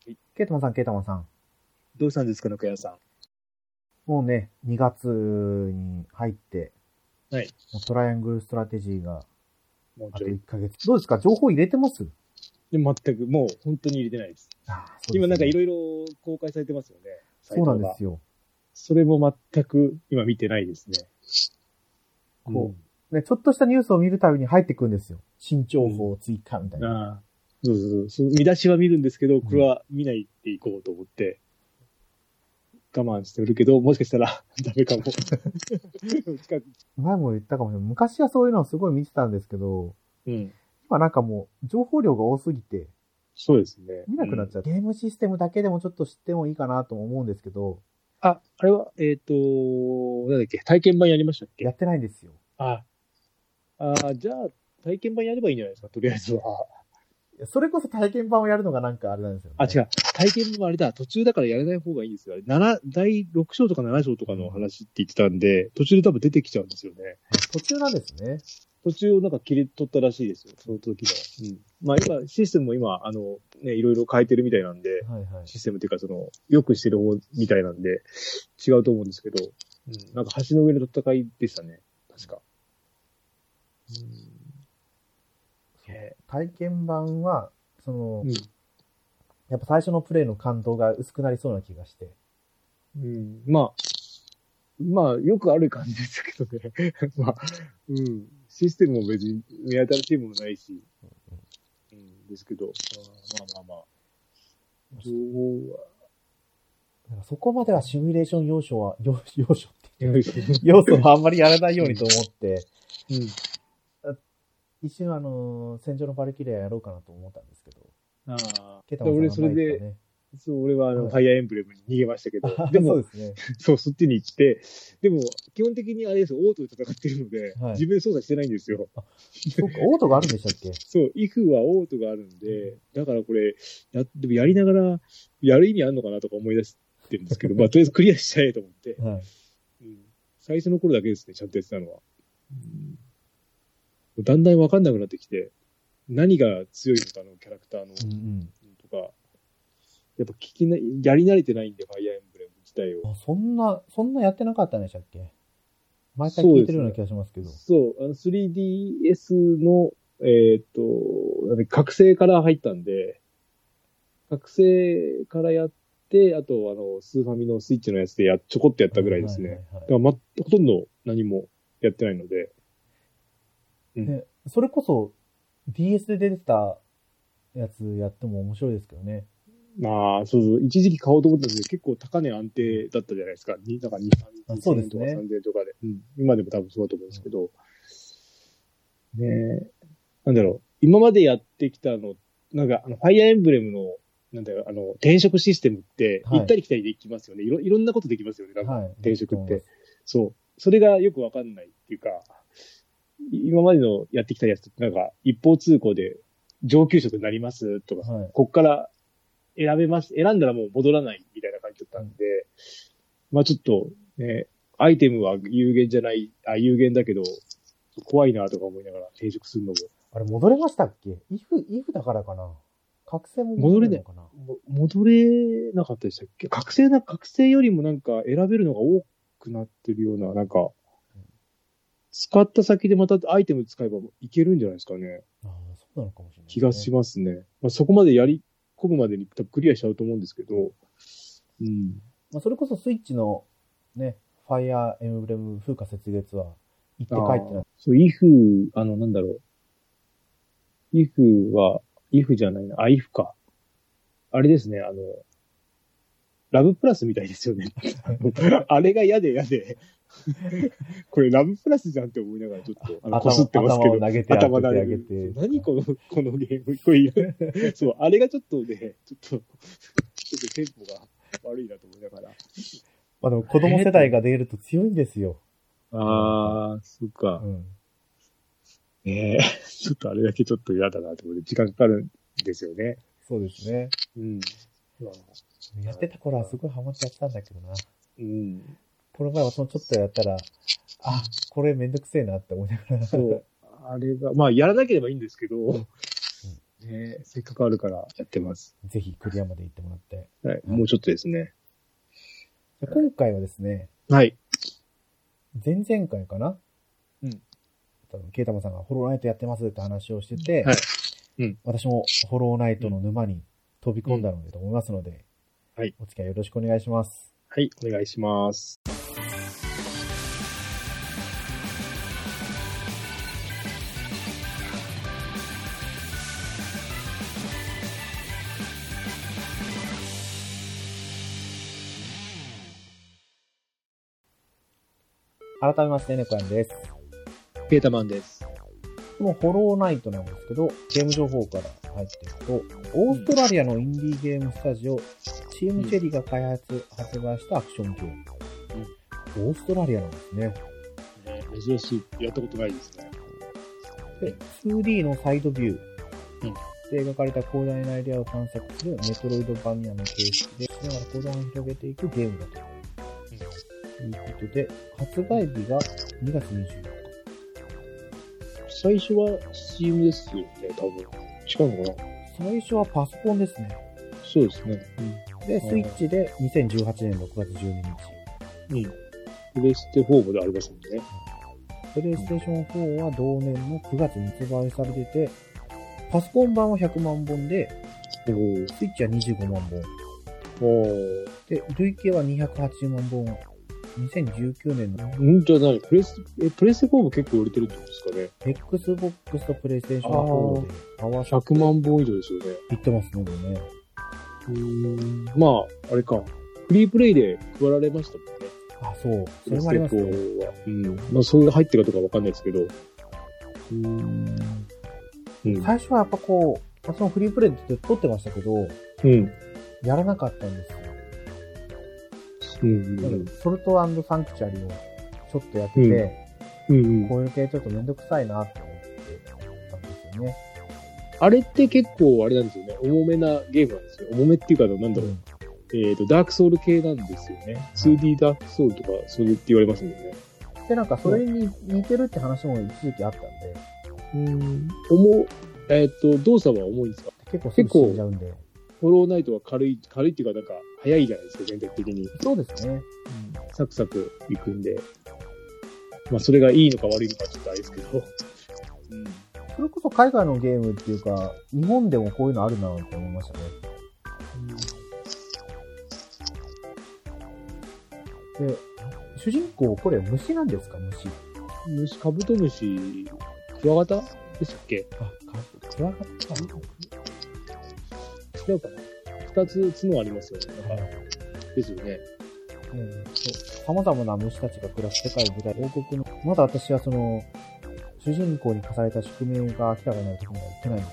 ケイタマンさん、ケイタマンさん。 どうしたんですか、中谷さん。 もうね、2月に入って、 はい。 もうトライアングルストラテジーが、あともうちょい。 1ヶ月。どうですか？情報入れてます？ でも全く、もう本当に入れてないです。 そうですね、 今なんかいろいろ公開されてますよね。 そうなんですよ。 それも全く今見てないですね。 こう、ね、ちょっとしたニュースを見るたびに入ってくるんですよ。新情報追加みたいな。 ああ。そう。見出しは見るんですけど、これは見ないでいこうと思って、我慢してるけど、もしかしたらダメかも。 前も言ったかもしれない。昔はそういうのをすごい見てたんですけど、 今なんかもう、情報量が多すぎて、 そうですね。 見なくなっちゃう。ゲームシステムだけでもちょっと知ってもいいかなと思うんですけど。 あれは、なんだっけ、体験版やりましたっけ？ やってないんですよ。 じゃあ、体験版やればいいんじゃないですか、とりあえずは。 それこそ体験版をやるのがなんかあれなんですよね。 違う。体験版はあれだ。途中だからやらない方がいいんですよ。第6章とか7章とかの話って言ってたんで、途中で多分出てきちゃうんですよね。 途中なんですね。 途中をなんか切り取ったらしいですよ。その時の。まあ今、システムも今、いろいろ変えてるみたいなんで、システムっていうか良くしてる方みたいなんで、違うと思うんですけど、なんか橋の上の戦いでしたね。確か。 体験版は、やっぱ最初のプレイの感動が薄くなりそうな気がして。 まあ、よくある感じですけどね。システムも別に目新しいものないし、ですけど、まあ。情報は。 そこまではシミュレーション要素はあんまりやらないようにと思って、一瞬戦場のバルキリアやろうかなと思ったんですけど。 俺それで、俺はファイアーエンブレムに逃げましたけど、でも、 そうですね。 そっちに行って、でも、基本的にあれですよ、オートで戦ってるので、自分で操作してないんですよ。 そうか、オートがあるんでしたっけ？ そう、イフはオートがあるんで、だからこれ、でもやりながら、やる意味あるのかなとか思い出してるんですけど、まあ、とりあえずクリアしちゃえと思って、最初の頃だけですね、ちゃんとやってたのは。だんだんわかんなくなってきて、何が強いのかのキャラクターの、とか、やっぱやり慣れてないんで、ファイアーエンブレム自体を。 そんなやってなかったんでしたっけ？毎回聞いてるような気がしますけど。 3DS の、覚醒から入ったんで、覚醒からやって、あと、スーファミのスイッチのやつでちょこっとやったぐらいですね。だからほとんど何もやってないので。 それこそ DS で出てたやつやっても面白いですけどね。 そう。一時期買おうと思ったんですけど、結構高値安定だったじゃないですか。なんか2、3円とか3円とかで。今でも多分そうだと思うんですけど。なんだろう。今までやってきたなんか、ファイアーエンブレムの、なんだろう、転職システムって、行ったり来たりできますよね。いろんなことできますよね。なんか転職って。そう。それがよくわかんないっていうか、今までのやってきたやつってなんか一方通行で上級職になりますとか、こっから選んだらもう戻らないみたいな感じだったんで、まあちょっとね、アイテムは有限だけど、怖いなとか思いながら転職するのも。 あれ戻れましたっけ？イフだからかな？覚醒も戻れるのかな？ 戻れなかったでしたっけ？覚醒よりもなんか選べるのが多くなってるような、なんか、使った先でまたアイテム使えばいけるんじゃないですかね。 そうなのかもしれない、 気がしますね。まあ、そこまでやり込むまでに多分クリアしちゃうと思うんですけど。 それこそスイッチのね、ファイアーエムブレム風化雪月は行って帰ってない。 そう、イフ、なんだろう。イフじゃないな。イフか。あれですね、ラブプラスみたいですよね。あれが嫌で。これラブプラスじゃんって思いながらちょっと、こすってますけど。 頭投げて。 何このゲーム。これそう、あれがちょっとね、ちょっとテンポが悪いなと思いながら。 でも子供世代が出ると強いんですよ。 そっか。ちょっとあれだけちょっと嫌だなと思って時間かかるんですよね。 そうですね。やってた頃はすごいハマってやってたんだけどな。この前はちょっとやったら、これめんどくせえなって思いながら。 そう。あれが、まあやらなければいいんですけど、 ね、せっかくあるからやってます。 ぜひクリアまで行ってもらって。 はい、もうちょっとですね。 今回はですね。 はい。 前々回かな？ うん。 多分、ケイタマさんがホローナイトやってますって話をしてて、 はい。うん。 私もホローナイトの沼に飛び込んだのでと思いますので、 はい。 お付き合いよろしくお願いします。 はい、お願いします。 改めまして、ネコヤンです。 ケータマンです。 このホローナイトなんですけど、ゲーム情報から入っていくと、オーストラリアのインディーゲームスタジオ、チームチェリーが発売したアクションゲーム。オーストラリアなんですね。 珍しい。やったことないですね。 で、2D のサイドビュー。で描かれた広大なエリアを探索するメトロイドバニアの形式で、しながら行動を広げていくゲームだと。ということで、発売日が2月24日。 最初は Steam ですよね、多分。違うのかな？ 最初はパソコンですね。 そうですね。 で、スイッチで2018年6月12 日。プレステ4までありますもんね。 プレイステーション4は同年の9月に発売されてて、パソコン版は100万本で、スイッチは25万本。で、累計は280万本。2019年の。 じゃあ何プレステ4も結構売れてるってことですかね。 Xbox とプレイステーション4で合わせて100万本以上ですよね。 いってますね、 まあ、あれか。フリープレイで配られましたもんね。 あ、そう。それもありますね。 まあ、それが入ってるかどうかわかんないですけど。 最初はやっぱこう、そのフリープレイって撮ってましたけど、やらなかったんですよ。ソルト&サンクチュアリをちょっとやってて、こういう系ちょっとめんどくさいなって思ってたんですよね。 あれって結構あれなんですよね。重めなゲームなんですよ。重めっていうか、なんだろう。ダークソウル系なんですよね。2D ダークソウルとか、それって言われますもんね。 で、なんかそれに似てるって話も一時期あったんで。動作は重いんですか？ 結構すぐ死んじゃうんで。 ホローナイトは軽いっていうかなんか、早いじゃないですか、全体的に。 そうですね。 サクサクいくんで。まあ、それがいいのか悪いのかちょっとあれですけど。 それこそ海外のゲームっていうか、日本でもこういうのあるなと思いましたね。で、主人公、これ虫なんですか？ 虫、カブトムシ、クワガタでしたっけ？ クワガタ違うかな？二つ角ありますよね。ですよね。 様々な虫たちが暮らす世界舞台、王国の、まだ私はその、主人公に課された宿命が明らかになるところまで行ってないんです。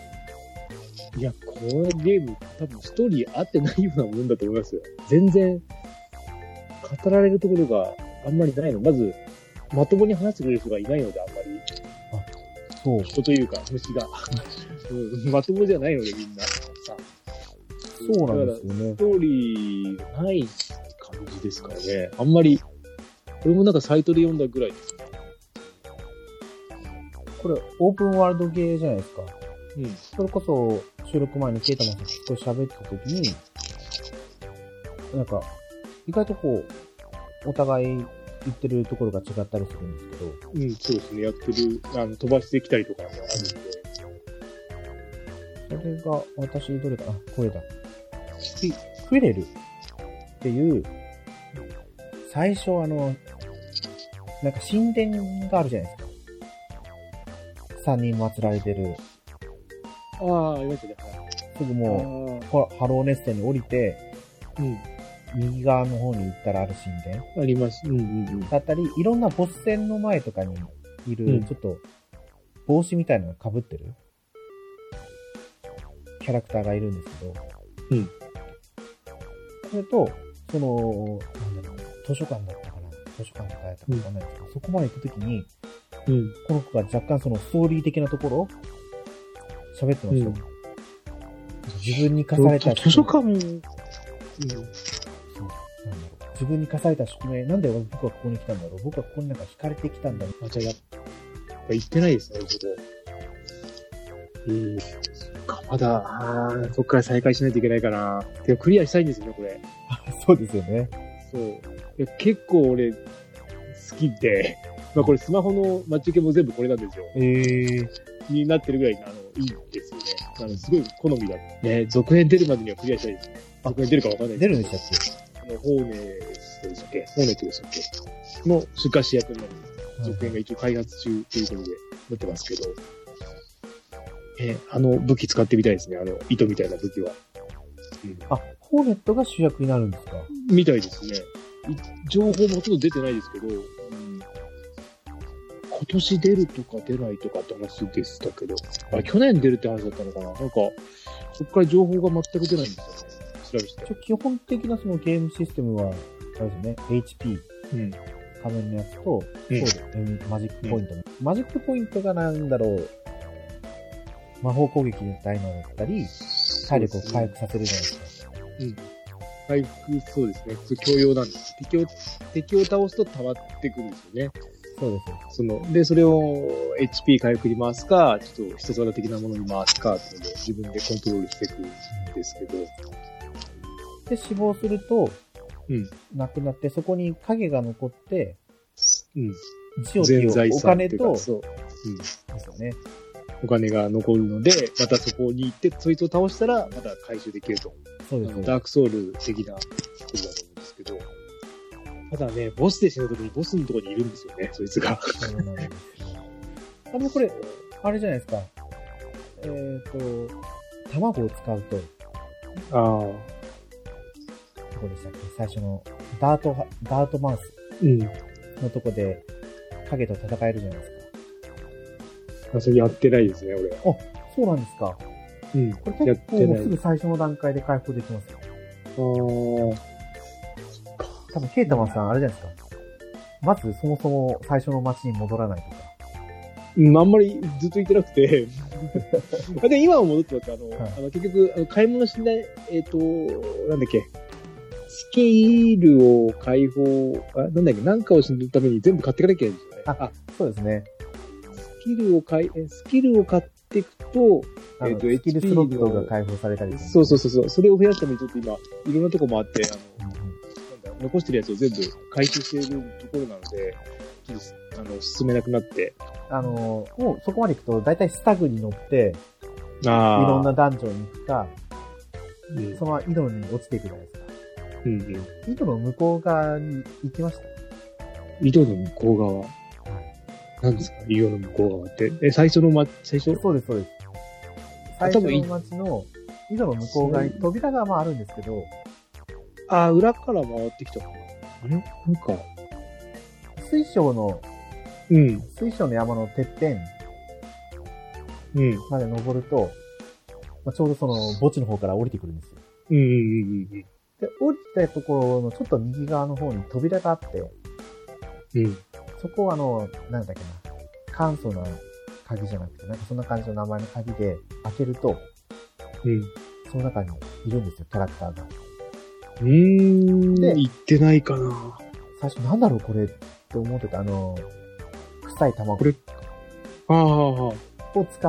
いや、このゲーム、多分ストーリー合ってないようなもんだと思いますよ。全然、語られるところがあんまりないの。まず、まともに話してくれる人がいないので、あんまり。 そう。 人というか、虫が。まともじゃないので、みんな。 そうなんですよね。 ストーリーない感じですからね。あんまり、これもなんかサイトで読んだぐらいですね。 これ、オープンワールドゲーじゃないですか。それこそ、収録前にケイタマンさんと喋ってた時に、なんか、意外とこう、お互い言ってるところが違ったりするんですけど。 そうですね。やってる、飛ばしてきたりとかもあるんで。それが、私、どれかな？これだ。クイレルっていう、最初なんか神殿があるじゃないですか。3人祀られてる。 ありましたね。 すぐもう、ハローネッセに降りて、右側の方に行ったらある神殿。 あります。 だったり、いろんなボス戦の前とかにいる、ちょっと、帽子みたいなのが被ってるキャラクターがいるんですけど、それと、図書館だったかな、図書館とかやったかわかんないですけど、そこまで行くときに、この子が若干ストーリー的なところ、喋ってました。自分に課された図書館、 自分に課された宿命、なんで僕はここに来たんだろう、僕はここになんか惹かれてきたんだろう。 じゃあ行ってないですね、そこ。そっか。 まだ、そっから再開しないといけないかな。でもクリアしたいんですよね、これ。 そうですよね。 そう。いや結構俺、好きで、まあこれスマホの待ち受けも全部これなんですよ。になってるぐらい、いいんですよね。すごい好みだ。ね、続編出るまでにはクリアしたいですね。続編出るかわかんない出るんでしたっけ？ ホーネットでしたっけ？ホーネットでしたっけ？の出荷主役になる。続編が一応開発中ということで持ってますけど。武器使ってみたいですね。糸みたいな武器は。 うん、あ、ホーネットが主役になるんですか？ みたいですね。情報もほとんど出てないですけど、今年出るとか出ないとかって話でしたけど、去年出るって話だったのかな？なんか、そこから情報が全く出ないんですよね。調べて。 基本的なそのゲームシステムは、あれですね、HP、仮面のやつと、そうです、マジックポイント、マジックポイントがなんだろう、魔法攻撃みたいなのだったり、体力を回復させるじゃないですか。 回復、そうですね。強要なんです。敵を倒すと溜まってくるんですよね。 そうです。 それを HP 回復に回すか、ちょっと必殺技的なものに回すか、っていうので自分でコントロールしていくんですけど。 で、死亡すると、亡くなって、そこに影が残って、ジオっていうお金と、ですよね。 お金が残るので、またそこに行って、そいつを倒したら、また回収できると。 そうです。 ダークソウル的なことだと思うんですけど。ただね、ボスで死ぬときにボスのところにいるんですよね、そいつが。そうなんですよ。これ、あれじゃないですか。卵を使うと。どこでしたっけ？最初の、ダートマウスのとこで、影と戦えるじゃないですか。 それやってないですね、俺。 あ、そうなんですか。これ結構もうすぐ最初の段階で回復できますよ。多分、ケイタマンさん、あれじゃないですか。まず、そもそも最初の街に戻らないとか。 あんまりずっと行ってなくて。で、今は戻ってます。結局、買い物しない、なんだっけ。スキルを解放、なんだっけ、なんかをするために全部買っていかなきゃいけないんですよね。 そうですね。 スキルを買っていくと、 スキルスロットが解放されたりする、ね。そう。それを増やすためにちょっと今、いろんなとこもあって、残してるやつを全部回収しているところなので、進めなくなって。 もうそこまで行くと、だいたいスタグに乗って、いろんなダンジョンに行くか、そのまま井戸に落ちていくじゃないですか。井戸の向こう側に行きました。 井戸の向こう側。何ですか？井戸の向こう側って。最初最初？ そうです。最初の町の井戸の向こう側に扉があるんですけど。 裏から回ってきたかな。あれなんか。 水晶の山のてっぺん。まで登ると、ちょうどその墓地の方から降りてくるんですよ。で、降りたところのちょっと右側の方に扉があって、そこはなんだっけな、簡素な鍵じゃなくて、なんかそんな感じの名前の鍵で開けると、その中にいるんですよ、キャラクターが。 で、行ってないかな。 最初なんだろうこれって思ってた、臭い卵。を使って、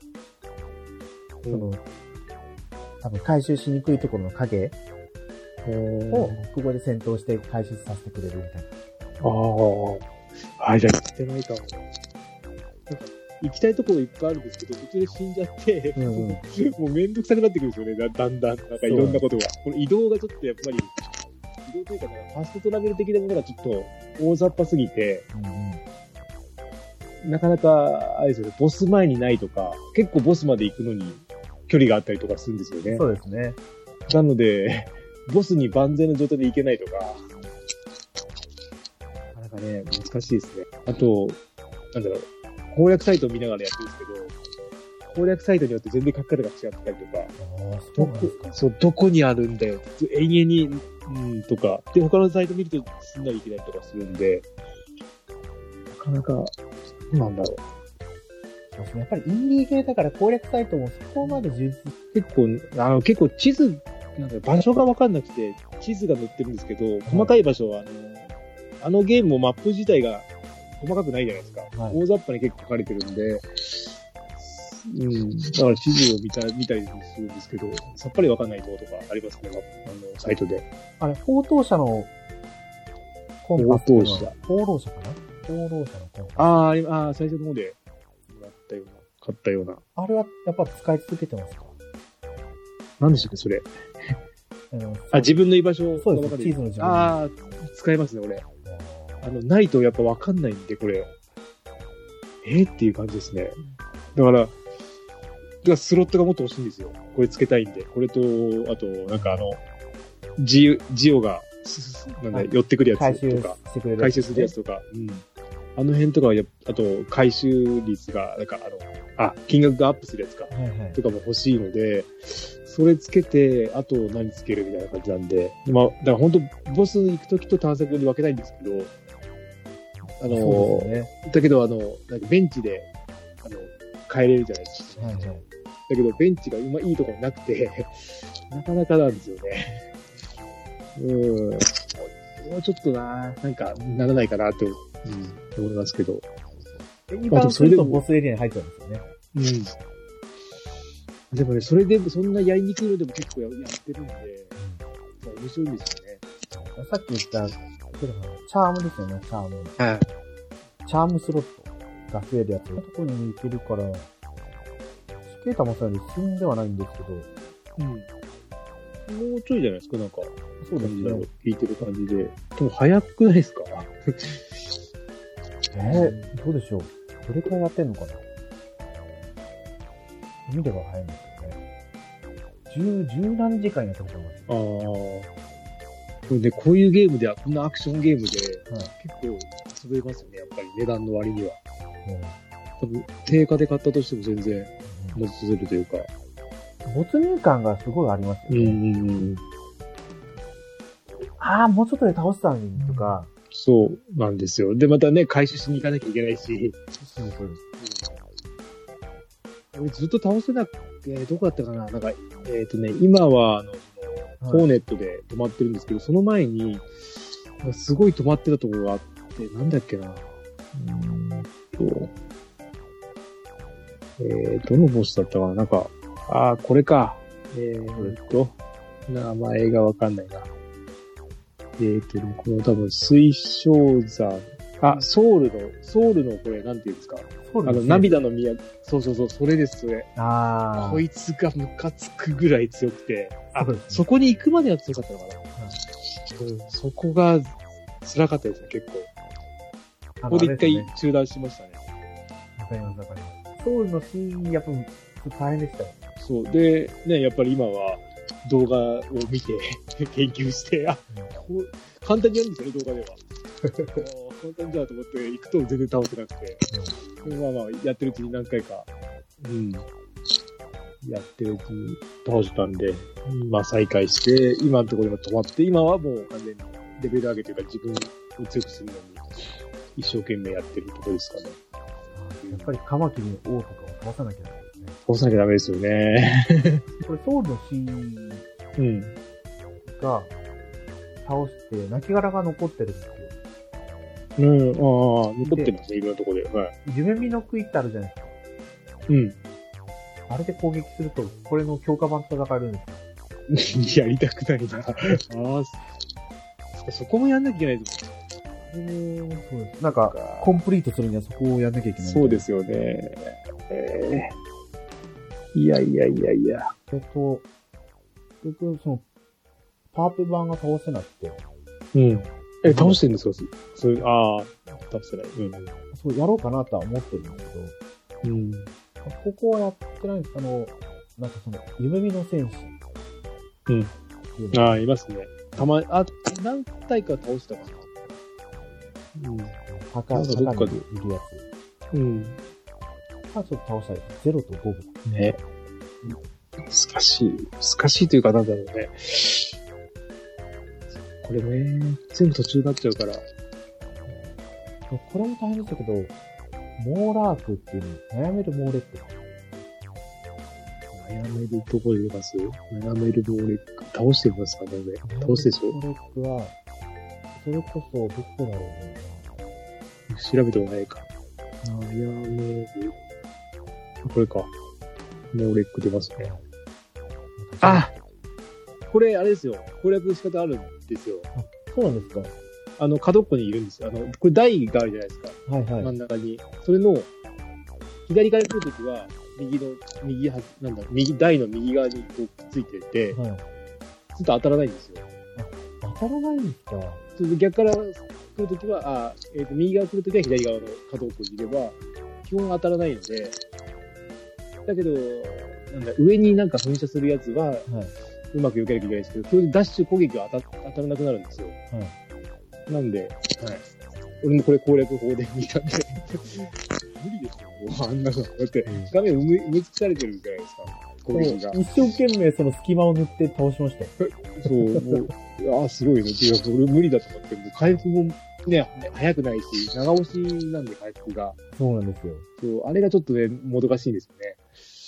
多分回収しにくいところの影を、ここで戦闘して回収させてくれるみたいな。 じゃあ行ってないかも。行きたいところいっぱいあるんですけど、途中で死んじゃって、もうめんどくさくなってくるんですよね、だんだん。なんかいろんなことが。この移動がちょっとやっぱり、移動というかね、ファストトラベル的なものがちょっと大雑把すぎて、なかなか、あれですよね、ボス前にないとか、結構ボスまで行くのに距離があったりとかするんですよね。 そうですね。 なので、ボスに万全の状態で行けないとか、なかなかね、難しいですね。あと、なんだろう、攻略サイトを見ながらやってるんですけど、攻略サイトによって全然書き方が違ってたりとか、どこにあるんだよ、永遠に、とか、で、他のサイト見ると進んだりいけないとかするんで、なかなか、なんだろう。 そうですね。やっぱりインディー系だから攻略サイトもそこまで充実。 結構地図、なんか場所がわかんなくて、地図が載ってるんですけど、細かい場所は、ゲームもマップ自体が細かくないじゃないですか。大雑把に結構書かれてるんで、 だから地図を見たりするんですけど、さっぱりわかんないところとかありますね、サイトで。 あれ、放蕩者のコンパス。放浪者かな放浪者のコンパス。最初の方で買ったような。 あれはやっぱ使い続けてますか？ 何でしたっけ、それ。自分の居場所がそうです、地図の自分。 使えますね、俺。ないとやっぱわかんないんで、これ。っていう感じですね。だからスロットがもっと欲しいんですよ。これつけたいんで。これと、あと、なんかジオが、寄ってくるやつとか、回収するやつとか、あの辺とかはあと、回収率が、なんか金額がアップするやつか、とかも欲しいので、それつけて、あと何つけるみたいな感じなんで、だから本当ボス行くときと探索に分けたいんですけど、だけどなんかベンチで、変えれるじゃないですか。だけど、ベンチがいいところなくて、なかなかなんですよね。もうちょっとなんか、ならないかなと、思いますけど。 今するとボスエリアに入っちゃうんですよね。 でもね、それでそんなやりにくいのでも結構やってるんで、面白いんですよね。 さっき言った、チャームですよね、チャーム。チャームスロットが増えるやつ。そういうところに行けるから、チケータもそうより進んではないんですけど、 もうちょいじゃないですか、なんか。 そうですね。 聞いてる感じで。でも早くないですか？ どうでしょう。どれくらいやってんのかな？見れば早いんですよね。十何時間やったことあります。 こういうゲームでは、こんなアクションゲームで、結構遊べますよね、やっぱり値段の割には。多分、定価で買ったとしても全然、持ち続けるというか。 没入感がすごいありますよね。もうちょっとで倒したのにとか。 そうなんですよ。で、またね、回収しに行かなきゃいけないし。俺ずっと倒せなくて、どこだったかな？なんか、今は、ホーネットで止まってるんですけど、その前に、すごい止まってたところがあって、なんだっけな。どのボスだったかな？なんか、これか。名前がわかんないな。この多分、水晶山。ソウルのこれ、なんていうんですか？涙の宮、そう、それです、それ。こいつがムカつくぐらい強くて、そこに行くまでは強かったのかな。そこが辛かったですね、結構。ここで一回中断しましたね。 わかります。ソウルのシーン、やっぱ大変でしたよね。 そう。で、ね、やっぱり今は動画を見て、研究して、簡単にやるんですよね、動画では。簡単だと思って行くと全然倒せなくて。やってるうちに何回か、やってるうちに倒したんで、再開して、今のところで止まって、今はもう完全にレベル上げというか自分を強くするのに一生懸命やってるところですかね。 やっぱりカマキリの王とかを倒さなきゃダメですね。 倒さなきゃダメですよね。 これソウルのシーンが倒して、亡骸が残ってるんですよ。 残ってますね、いろんなところで。 夢見の杭ってあるじゃないですか。あれで攻撃すると、これの強化版と戦えるんですよ。やりたくないな。そこもやんなきゃいけないですもんね。そうです。なんか、コンプリートするにはそこをやんなきゃいけない。 そうですよね。いや。 僕、パープ版が倒せなくて。 倒してるんですか？倒せない。 そう、やろうかなとは思ってるんですけど。ここはやってないんですか？なんか夢見の戦士。 いますね。何体か倒したかな。 墓にいるやつ。ちょっと倒したい。0と5分。 ね。難しいというか、なんだろうね。これね、全部途中になっちゃうから。 これも大変でしたけど、モーラークっていうの、悩めるモーレック。 悩めるところでいます？悩めるモーレック。倒してみますかね、倒してそう。 モーレックは、それこそ、どこだろうな。 調べてもないか。悩める。これか。 ノーレック出ますね。あ、これ、あれですよ。攻略の仕方あるんですよ。 あ、そうなんですか。 角っこにいるんですよ。これ台があるじゃないですか。 はいはい。 真ん中に。それの、左から来るときは、右台の右側にこうくっついてて、はい、ちょっと当たらないんですよ。 あ、当たらないんですか。 それで逆から来るときは、右側来るときは左側の角っこにいれば、基本当たらないので、だけど、上になんか噴射するやつは、はい、うまく避けなきゃいけないんですけど、それでダッシュ攻撃が当たらなくなるんですよ。はい、なんで、はい。俺もこれ攻略法で見たんで、無理ですよ。あんなの。だって、画面埋め尽くされてるじゃないですか。攻撃が。 一生懸命その隙間を塗って倒しましたよ。 そう、もう、すごいね。いや、俺無理だと思って、もう回復もね、早くないし、長押しなんで回復が。 そうなんですよ。 そう、あれがちょっとね、もどかしいんですよね。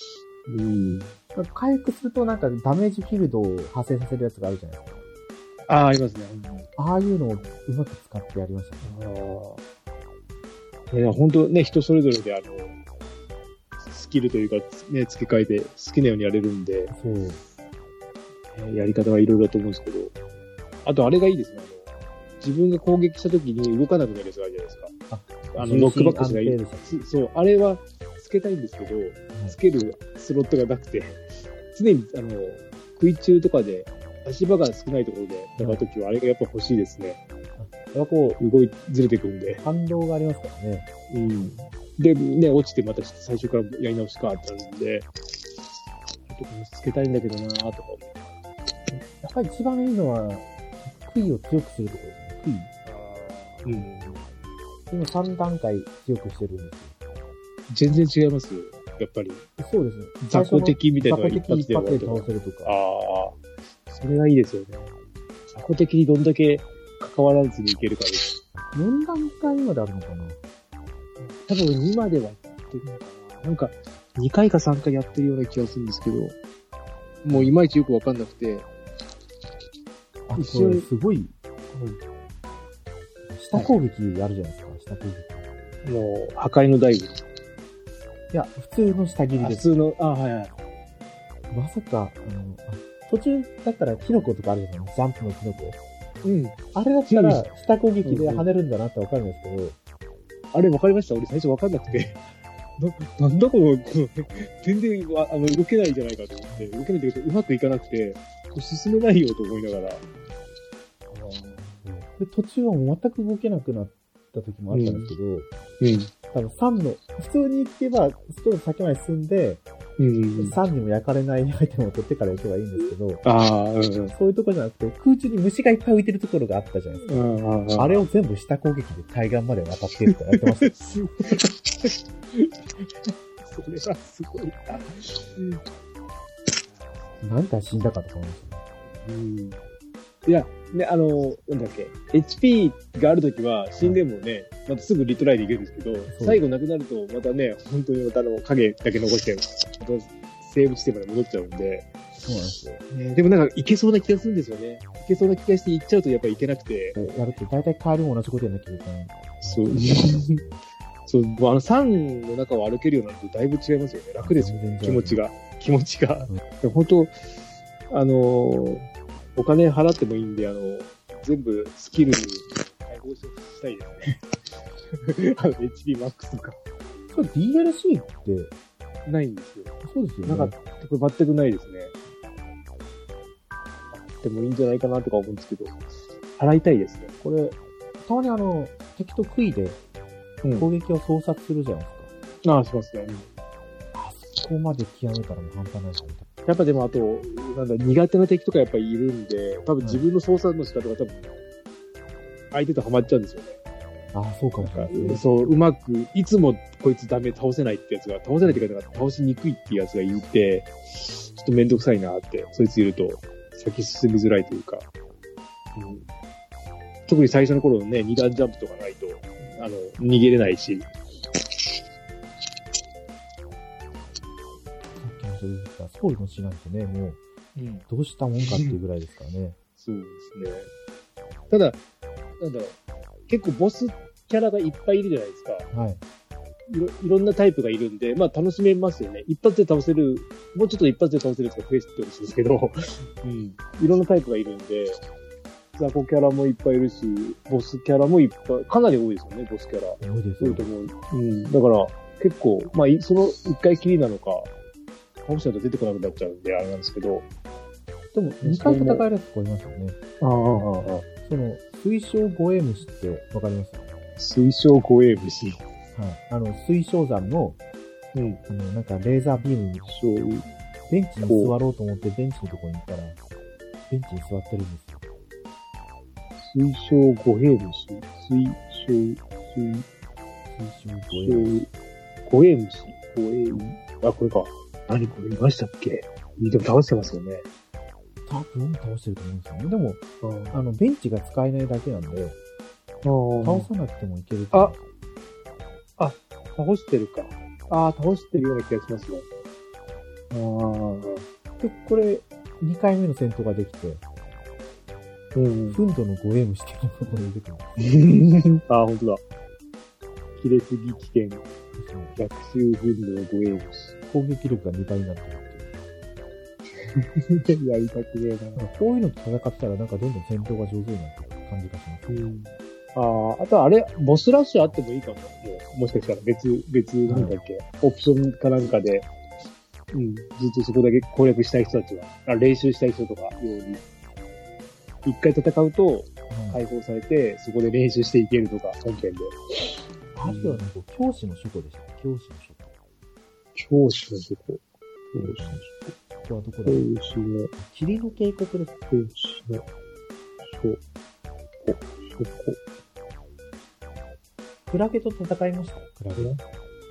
回復するとなんかダメージフィールドを発生させるやつがあるじゃないですか。 ありますね。 ああいうのをうまく使ってやりましたね。 いや、本当ね、人それぞれでスキルというか、ね、付け替えて好きなようにやれるんで、そう。やり方はいろいろだと思うんですけど、あとあれがいいですね。自分が攻撃した時に動かなくなるやつがあるじゃないですか。ノックバックスがいい。そう、あれは付けたいんですけど、付けるスロットがなくて、常に、空中とかで、足場が少ないところで戦うときは、あれがやっぱ欲しいですね。 やっぱこう、 ずれてくるんで。 反動がありますからね。 うん。で、ね、落ちてまた最初からやり直しかってなるんで、ちょっとつけたいんだけどなぁとか思う。 やっぱり一番いいのは、杭を強くするところですね。杭。今3段階強くしてるんですよ。 全然違いますよ。やっぱり。 そうですね。 雑魚敵みたいなのが一発で倒せるとか。 それがいいですよね。雑魚敵にどんだけ関わらずにいけるかです。 4段階まであるのかな？ 多分2まではやってるのかな。なんか、2回か3回やってるような気がするんですけど、もういまいちよくわかんなくて。 一瞬すごい、下攻撃あるじゃないですか、下攻撃。もう、破壊の大悟。 いや、普通の下切りです。 普通の、はいはい。 まさか、途中だったらキノコとかあるじゃないですか、ジャンプのキノコ。 うん。 あれだったら、下攻撃で跳ねるんだなってわかるんですけど、 あれわかりました？俺最初わかんなくて。なんだこの、全然、動けないんじゃないかと思って、動けないって言うとうまくいかなくて、進めないよと思いながら。 で途中はもう全く動けなくなった時もあったんですけど、多分3の、普通に行けば、ちょっと先まで進んで、3にも焼かれないアイテムを取ってから行けばいいんですけど、そういうところじゃなくて、空中に虫がいっぱい浮いてるところがあったじゃないですか。あれを全部下攻撃で対岸まで渡ってるってやってました。 それはすごいな。 なんか死んだかとか思いましたね。 いや、ね、なんだっけ、HP があるときは死んでもね、またすぐリトライでいけるんですけど、最後なくなると、またね、本当にまた影だけ残して、またセーブ地点まで戻っちゃうんで。 そうなんですよ。 でもなんかいけそうな気がするんですよね。いけそうな気がして行っちゃうとやっぱいけなくて。 やると大体カールも同じことやんなきゃいけない。 そう。そう、3の中を歩けるようになるとだいぶ違いますよね。楽ですよね。気持ちが。本当、お金払ってもいいんで、全部スキルに解放したいですね。HP マックスとか。 それ DLC ってないんですよ。 そうですよね。 なんか、これ全くないですね。でもいいんじゃないかなとか思うんですけど、払いたいですね。 これ、たまに敵と杭で攻撃を操作するじゃないですか。 しますね。 あそこまで極めたらもう半端ないですね。 やっぱでもあと、苦手な敵とかやっぱりいるんで、多分自分の操作の仕方が多分、相手とハマっちゃうんですよね。 そうかもしれないですね。 そう、うまく、いつもこいつダメ、倒せないってやつが、倒せないっていうか、倒しにくいっていうやつがいて、ちょっとめんどくさいなって、そいついると、先進みづらいというか、特に最初の頃のね、2段ジャンプとかないと、逃げれないし、 ソウルの死なんてね、もう、どうしたもんかっていうぐらいですからね。 そうですね。ただ、なんだろう、結構ボスキャラがいっぱいいるじゃないですか。 はい。 いろんなタイプがいるんで、まあ楽しめますよね。一発で倒せる、もうちょっと一発で倒せるやつが増えてほしいんですけど、うん。いろんなタイプがいるんで、雑魚キャラもいっぱいいるし、ボスキャラもいっぱい、かなり多いですよね、ボスキャラ。 多いですよ。 多いと思う。うん。だから、結構、まあ、その一回きりなのか、倒したと出てこなくなっちゃうんで、あれなんですけど。 でも、2回戦えるやつとかいますよね。 ああ。 その、水晶護衛虫ってわかります？ 水晶護衛虫。 はい。水晶山の、 うん。 なんかレーザービームに、ベンチに座ろうと思ってベンチのところに行ったら、ベンチに座ってるんですよ。 水晶護衛虫。水晶護衛虫。あ、これか。何これいましたっけ？でも倒してますよね。 多分倒してると思うんですよね。でも、ベンチが使えないだけなんで、倒さなくてもいけると思う。 あ、倒してるか。倒してるような気がしますね。 で、これ、2回目の戦闘ができて、 うん。 フンドの護衛虫っていうのがこれ出てくる。 本当だ。切れすぎ危険。逆襲フンドの護衛虫。 攻撃力が2倍になってるっていう。やりたくねえな。 こういうのと戦ってたらなんかどんどん戦闘が上手になってくる感じがします。 あとあれ、ボスラッシュあってもいいかも。もしかしたら別なんだっけ、オプションかなんかで、ずっとそこだけ攻略したい人たちは、練習したい人とかように、一回戦うと解放されて、そこで練習していけるとか、本編で。 あるいはなんか、教師の書庫でした。教師の書庫。 教師の書庫。 ここはどこだ？ 教師の。 霧の渓谷です。 教師の書庫。 クラゲと戦いました？クラゲ。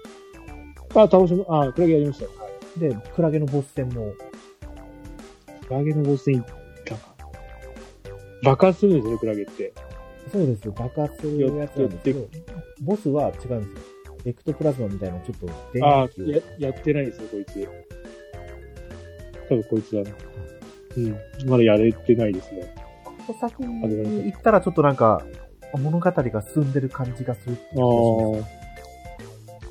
クラゲやりましたよ。はい。 で、クラゲのボス戦も。 クラゲのボス戦行ったか。爆発するんですよね、クラゲって。 そうですよ。爆発するやつなんですけど、ボスは違うんですよ。エクトプラズマみたいなちょっと電気を。 やってないですよ、こいつ。多分こいつはね。まだやれてないですね。 ここ先に行ったらちょっとなんか、物語が進んでる感じがするって気がします。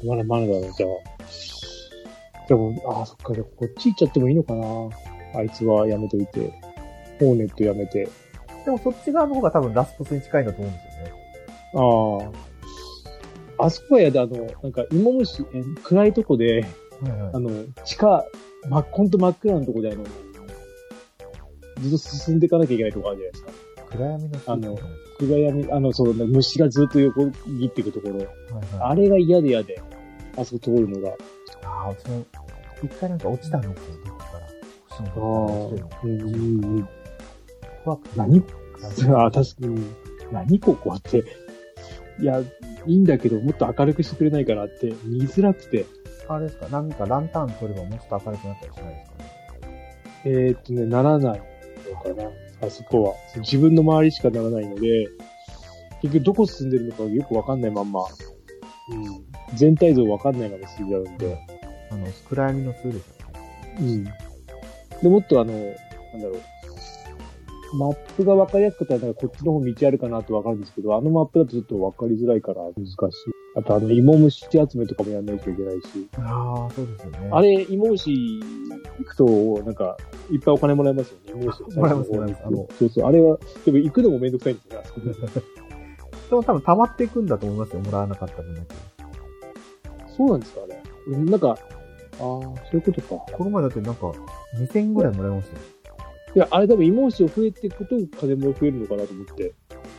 まだだね、じゃあ。でも、そっか、こっち行っちゃってもいいのかな。あいつはやめといて。ホーネットやめて。 でもそっち側の方が多分ラスボスに近いんだと思うんですよね。 あそこはなんか、芋虫、暗いとこで、地下、ほんと真っ暗なとこでずっと進んでいかなきゃいけないとこあるじゃないですか。 暗闇の暗闇、虫がずっと横切っていくところ。あれが嫌で、あそこ通るのが。 一回なんか落ちたんですよ、どこから。星のとこから落ちてるの。怖くて。 確かに。何ここって。いや、いいんだけど、もっと明るくしてくれないかなって、見づらくて。 あれですか、なんかランタン取ればもうちょっと明るくなったりしないですかね。 ならないのかな。あそこは。自分の周りしかならないので、結局どこ進んでるのかよくわかんないまんま、全体像わかんないまま進んじゃうんで。 暗闇の数でしたっけ？で、もっとなんだろう。マップがわかりやすかったら、なんかこっちの方道あるかなとわかるんですけど、あのマップだとちょっとわかりづらいから難しい。あと芋虫集めとかもやんないといけないし。 そうですよね。 あれ、芋虫行くと、なんか、いっぱいお金もらえますよね。芋虫もらえます。 そう。あれは、でも行くのもめんどくさいんですよね、あそこで。 でも多分溜まっていくんだと思いますよ、もらわなかった分だけ。 そうなんですか、あれ。なんか、そういうことか。 この前だってなんか、2000円ぐらいもらいましたよ。 いや、あれ多分芋虫を増えていくと金も増えるのかなと思って。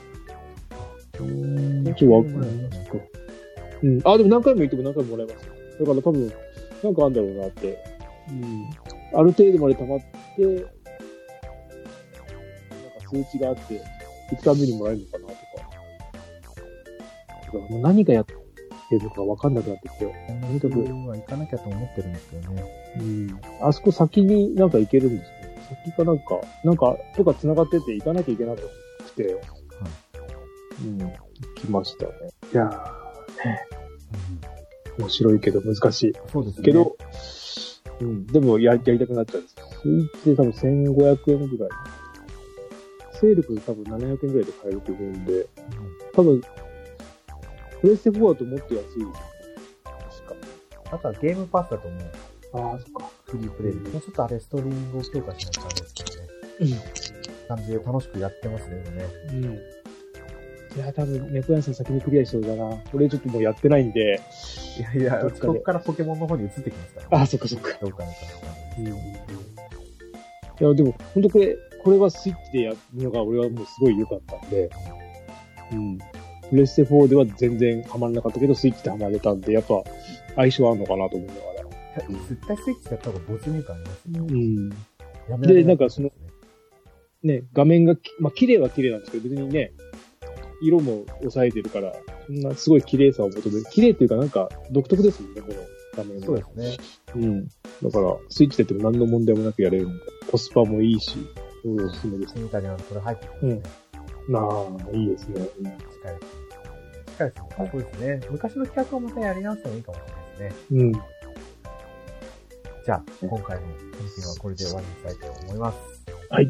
ちょっとわかんないですか。でも何回も行っても何回ももらえます。だから多分、なんかあんだろうなって。ある程度まで溜まって、なんか数値があって、行くたびにもらえるのかなとか。だからもう何がやってるのかわかんなくなってきて。 とにかくは行かなきゃと思ってるんですけどね。 あそこ先になんか行けるんですね。先かなんか、とか繋がってて行かなきゃいけなくて、行きましたね。いやー、ね。面白いけど難しい。 そうですね。 けど、でもやりたくなっちゃうんです。スイッチで多分1500円ぐらい。勢力で多分700円ぐらいで買えると思うんで、多分、プレステ4だともっと安いですよね。 あとはゲームパスだともう、 ああ、そっか。 フリープレイで、ちょっとあれストリーミングを強化しないとあれですけどね。感じで楽しくやってますね、今ね。 いや、多分、猫屋さん先にクリアしそうだな。俺ちょっともうやってないんで。 いや、こっからポケモンの方に移ってきますから、ね。 あ、そっかそっか。 どうかね。 いや、でも、ほんとこれはスイッチでやるのが俺はもうすごい良かったんで、プレステ4では全然ハマらなかったけど、スイッチでハマれたんで、やっぱ相性あるのかなと思いながら。 絶対スイッチでやった方が没入感ありますね。で、なんかその、ね、画面が、まあ、綺麗は綺麗なんですけど、別にね、色も抑えてるから、そんなすごい綺麗さを求める。綺麗っていうかなんか独特ですもんね、この画面が。 そうですね。 だから、スイッチでやっても何の問題もなくやれるんで、コスパもいいし、おすすめです。 インタリアのこれ入ってくるんですね。 いいですね。 近いですね。そうですね。昔の企画をまたやり直してもいいかもしれないですね。じゃあ、今回の本編はこれで終わりにしたいと思います。 はい。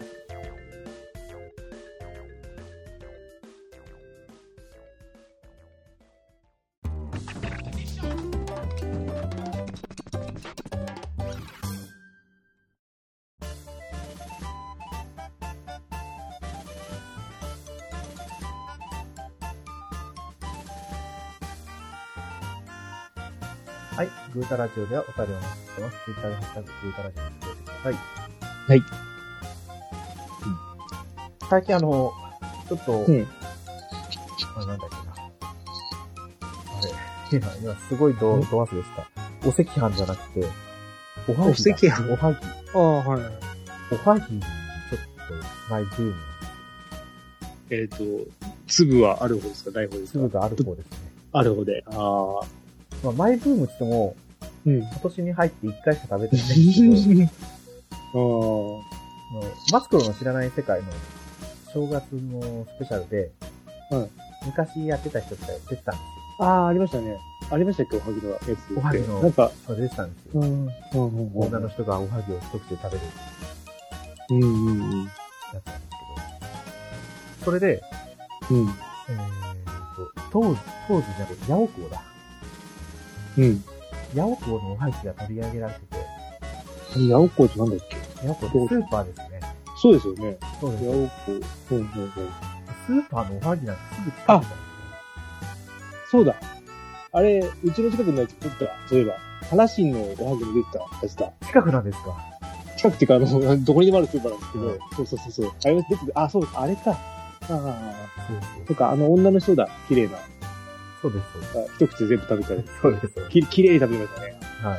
はい。グータラジオではお便りをお待ちしてます。ツイッターでハッシュタググータラジオにつけてください。 はい。 最近ちょっと、なんだっけな。あれ、今すごいド忘れした。お赤飯じゃなくて、おはぎ。 お赤飯。 おはぎ。 ああ、はい。 おはぎ、ちょっと、マイブーム。 粒はある方ですか、ない方ですか？ 粒がある方ですね。 ある方で。ああ。 まあ、マイブームって言っても、今年に入って1回しか食べてないんですけど、マツコの知らない世界の正月のスペシャルで、昔やってた人って出てたんですよ。 ああ、ありましたね。ありましたっけ、おはぎのやつ。 おはぎの、 なんか、 出てたんですよ。女の人がおはぎを一口で食べる。やつなんですけど。それで、当時じゃなくて、ヤオコーだ。ヤオコーのおはぎが取り上げられてて。 ヤオコーってなんだっけ？ ヤオコーってスーパーですね。 そうですよね。 そうです。 ヤオコー。 スーパーのおはぎなんてすぐ近くなんですよ。 そうだ。あれ、うちの近くのやつ取った。そういえば。花新のおはぎに出てたやつだ。 近くなんですか？ 近くっていうか、どこにでもあるスーパーなんですけど。そう。あれ出てた。そう、あれか。そうか、女の人だ。綺麗な。 そうです。 一口で全部食べちゃう。 そうです。 綺麗に食べましたね。 はい。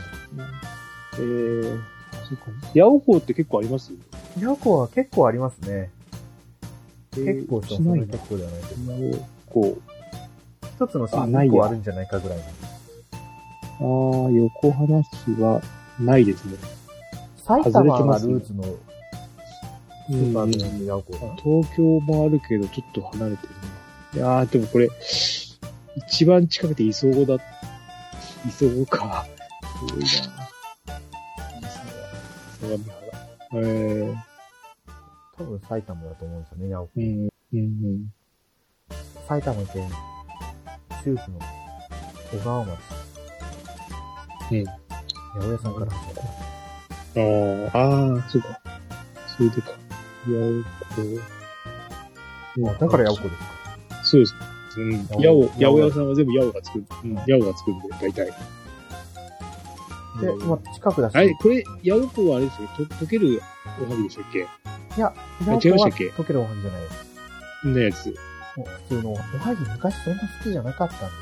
そうか。ヤオコーって結構あります？ ヤオコーは結構ありますね。結構しない結構ではないけど。 ヤオコー。 一つのシーン1個あるんじゃないかぐらいの。横浜市はないですね。 埼玉がルーツのスーパーのヤオコー。 東京もあるけど、ちょっと離れてるな。いやー、でもこれ、一番近くて磯子だ。磯子か。すごいな。相模原。 多分埼玉だと思うんですよね、ヤオコー。埼玉県中部の小川町。八百屋さんから始まった。そうか。それでか。ヤオコ。 だからヤオコですか。 そうです。八百屋さんは全部ヤオが作る。ヤオが作るんで、大体。 で、近くだし。 これ、ヤオコはあれですよ。溶けるおはぎでしたっけ？ いや、ヤオコは溶けるおはぎじゃないです。 そんなやつ。 普通のおはぎ昔そんな好きじゃなかったんです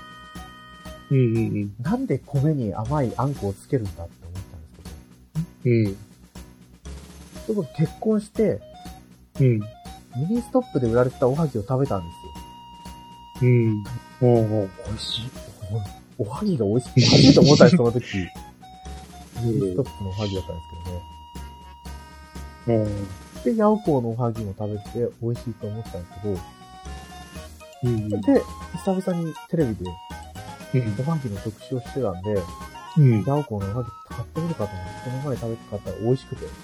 よ。なんで米に甘いあんこをつけるんだって思ったんですけど。それこそ結婚して、ミニストップで売られてたおはぎを食べたんですよ。美味しい。おはぎが美味しいと思ったんです、その時。ミニストップのおはぎだったんですけどね。で、ヤオコーのおはぎも食べて美味しいと思ったんですけど、で、久々にテレビで、おはぎの特集をしてたんで、ヤオコーのおはぎ買ってみるかと思って、その前に食べて買ったら美味しくて。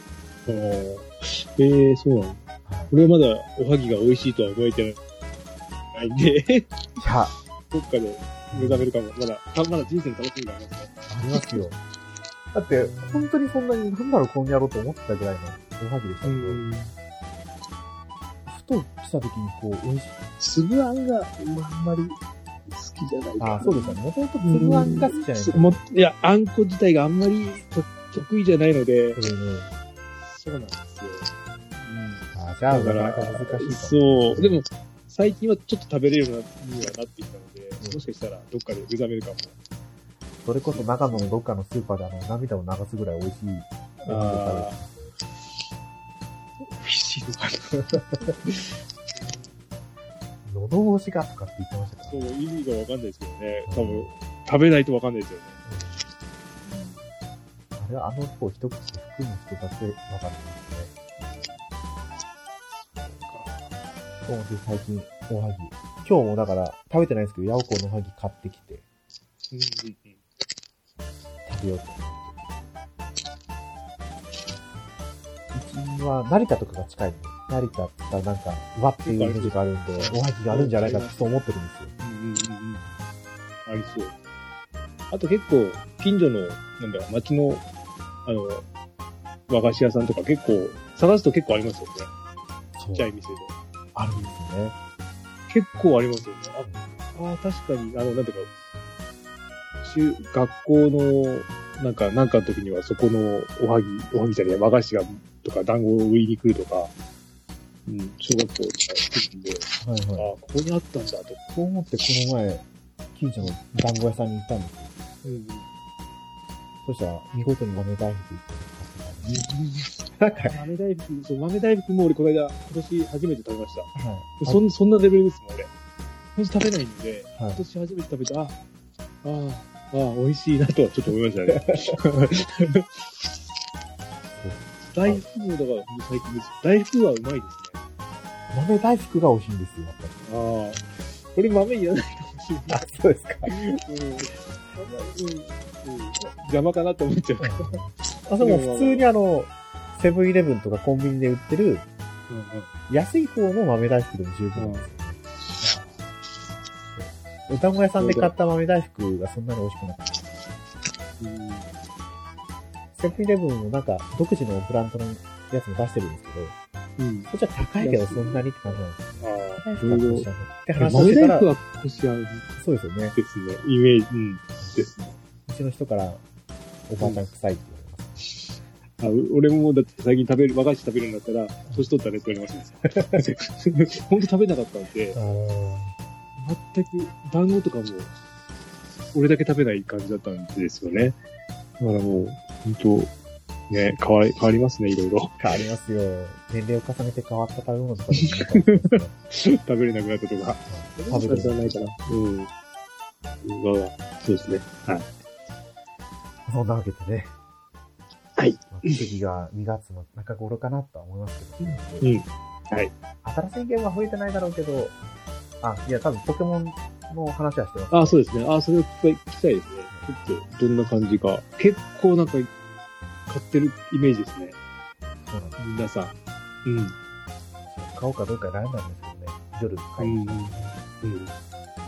そうなの？俺はまだおはぎが美味しいとは覚えてないんで。 いや、 どっかで目覚めるかも。まだ人生の楽しみがありますね。 ありますよ。だって、本当にそんなに、なんだろう、この野郎と思ってたぐらいのおはぎでしたけど、ふと来た時にこう、美味しい。 粒あんが、あんまり好きじゃないかな。 あ、そうですよね。もともと粒あんが好きじゃないですか。 いや、あんこ自体があんまり得意じゃないので、そうなんですよ。 じゃあ、なかなか難しいかも。 そう。でも、最近はちょっと食べれるようにはなってきたので、もしかしたらどっかで目覚めるかも。 それこそ長野のどっかのスーパーで涙を流すぐらい美味しい。 美味しいのかな。 喉越しがとかって言ってましたから。 そう、意味がわかんないですけどね。多分、食べないとわかんないですよね。 あれは一口で含む人だけわかるんですね。そうで、最近、おはぎ。今日もだから、食べてないですけど、ヤオコーのおはぎ買ってきて、食べようと思って。うちは成田とかが近いんで、成田って言ったらなんか、和っていうイメージがあるんで、おはぎがあるんじゃないかってそう思ってるんですよ。 ありそう。あと結構、近所の、町の、和菓子屋さんとか結構、探すと結構ありますよね。ちっちゃい店で。 あるんですよね。 結構ありますよね。確かに、学校の、なんかの時にはそこのおはぎじゃねえ、和菓子が、とか団子を売りに来るとか、小学校とか来るんで、ここにあったんだと。 そう思ってこの前、近所の団子屋さんに行ったんですよ。そしたら、見事に豆大福豆大福も俺今年初めて食べました。そんなレベルですもん、俺。ほんと食べないんで、今年初めて食べて、美味しいなとはちょっと思いましたね。大福もだから最近です。大福はうまいですね。 豆大福が美味しいんですよ、やっぱり。これ豆いらないかもしれない。 そうですか。 邪魔かなと思っちゃうから。 でも普通にセブンイレブンとかコンビニで売ってる、安い方の豆大福でも十分なんですよね。お団子屋さんで買った豆大福がそんなに美味しくなかった。セブンイレブンもなんか独自のブランドのやつも出してるんですけど、そっちは高いけどそんなにって感じなんですよね。豆大福はこしあんって話をしてたら、 豆大福はこしあん。 そうですよね。 ですね。イメージ、ですね。 うちの人からおばあちゃん臭いって言われます。 俺もだって最近和菓子食べるんだったら、年取ったらって言われました。ほんと食べなかったんで、全く団子とかも、俺だけ食べない感じだったんですよね。だからもう、本当ね、変わりますね、いろいろ。 変わりますよ。年齢を重ねて変わった食べ物とかでも食べれなくなったとか。食べれないかな。そうですね。はい。 そんなわけでね。 はい。 次が2月の中頃かなとは思いますけど。 はい。 新しいゲームは増えてないだろうけど、いや、多分ポケモンの話はしてます、 そうですね。それを聞きたいですね。ちょっと、どんな感じか。結構なんか、買ってるイメージですね。 そうなんです。 皆さん。 買おうかどうか悩んだんですけどね。夜買いました。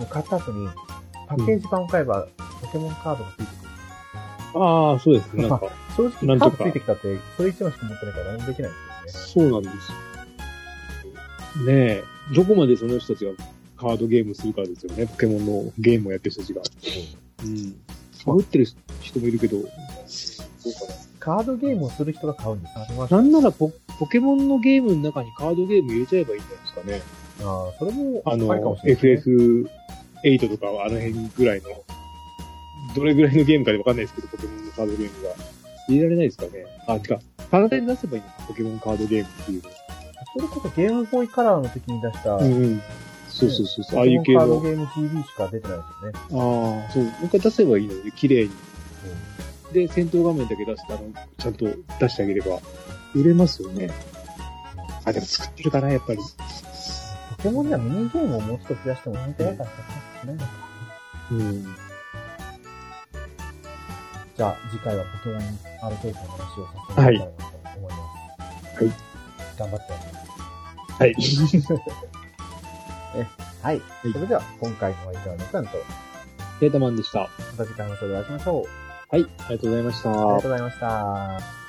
買った後に、パッケージ版を買えば、ポケモンカードがついてくる。 そうですね。なんか正直カードついてきたって、それ一枚しか持ってないから何もできないんですよね。そうなんですよ。ねえ、どこまでその人たちがカードゲームするかですよね。ポケモンのゲームをやってる人たちが。被ってる人もいるけど、どうかな。 カードゲームをする人が買うんです。 なんならポケモンのゲームの中にカードゲーム入れちゃえばいいんじゃないですかね。 それもありかもしれない、 FF8 とかあの辺ぐらいの、どれぐらいのゲームかでわかんないですけど、ポケモンのカードゲームが。入れられないですかね。パラダイで出せばいいのか、ポケモンカードゲームっていう。 それこそゲームボーイカラーの時に出した、 そう。 ああいう系のカードゲーム TV しか出てないですよね。 そう。もう一回出せばいいので、綺麗に。で、戦闘画面だけ出して、ちゃんと出してあげれば、売れますよね。でも作ってるかな、やっぱり。 ポケモンにはミニゲームをもうちょっと増やしても本当に良かったしないのか。じゃあ、次回はポケモン RPG の話をさせてもらいたいなと思います。 はい。 頑張ってやります。 はい。 はい。それでは、今回のお相手はねさんと、 ケータマンでした。 また次回の放送でお会いしましょう。 はい、ありがとうございました。 ありがとうございました。